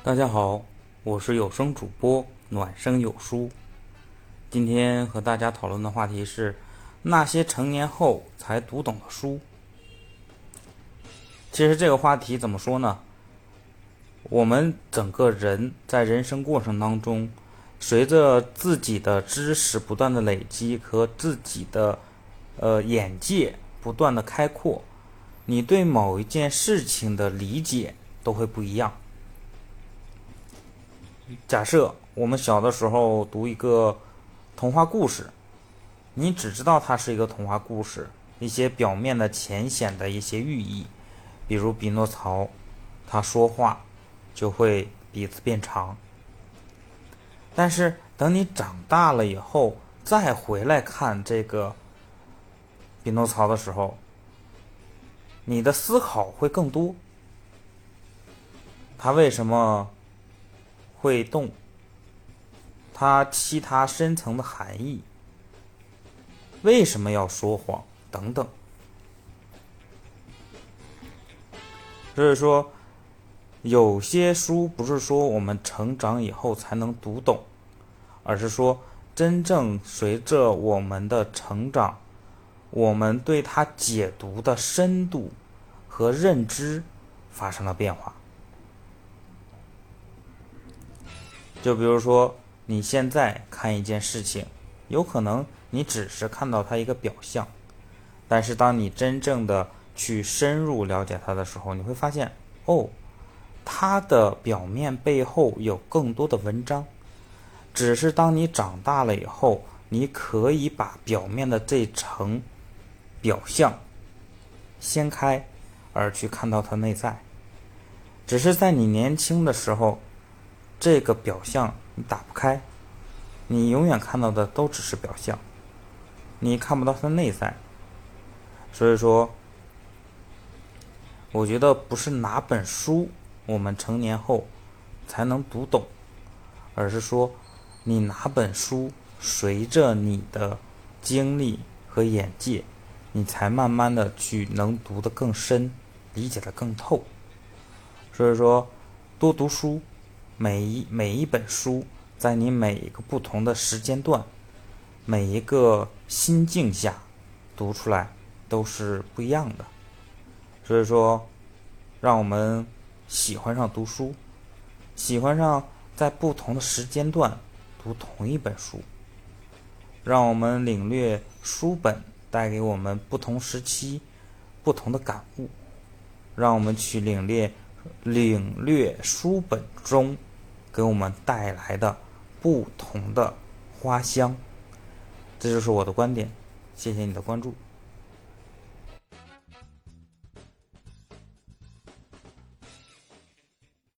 大家好，我是有声主播暖声有书。今天和大家讨论的话题是那些成年后才读懂的书。其实这个话题怎么说呢？我们整个人在人生过程当中，随着自己的知识不断的累积和自己的眼界不断的开阔，你对某一件事情的理解都会不一样。假设我们小的时候读一个童话故事，你只知道它是一个童话故事，一些表面的浅显的一些寓意，比如匹诺曹，他说话就会鼻子变长。但是等你长大了以后，再回来看这个匹诺曹的时候，你的思考会更多。他为什么会动？它其他深层的含义，为什么要说谎等等。所以说，有些书不是说我们成长以后才能读懂，而是说真正随着我们的成长，我们对它解读的深度和认知发生了变化。就比如说你现在看一件事情，有可能你只是看到它一个表象，但是当你真正的去深入了解它的时候，你会发现，它的表面背后有更多的文章。只是当你长大了以后，你可以把表面的这层表象掀开，而去看到它内在。只是在你年轻的时候，这个表象你打不开，你永远看到的都只是表象，你看不到它内在。所以说，我觉得不是哪本书我们成年后才能读懂，而是说你哪本书随着你的经历和眼界，你才慢慢的去能读得更深，理解得更透。所以说，多读书，每一本书，在你每一个不同的时间段，每一个心境下读出来都是不一样的。所以说，让我们喜欢上读书，喜欢上在不同的时间段读同一本书，让我们领略书本带给我们不同时期不同的感悟，让我们去领略书本中给我们带来的不同的花香。这就是我的观点，谢谢你的关注。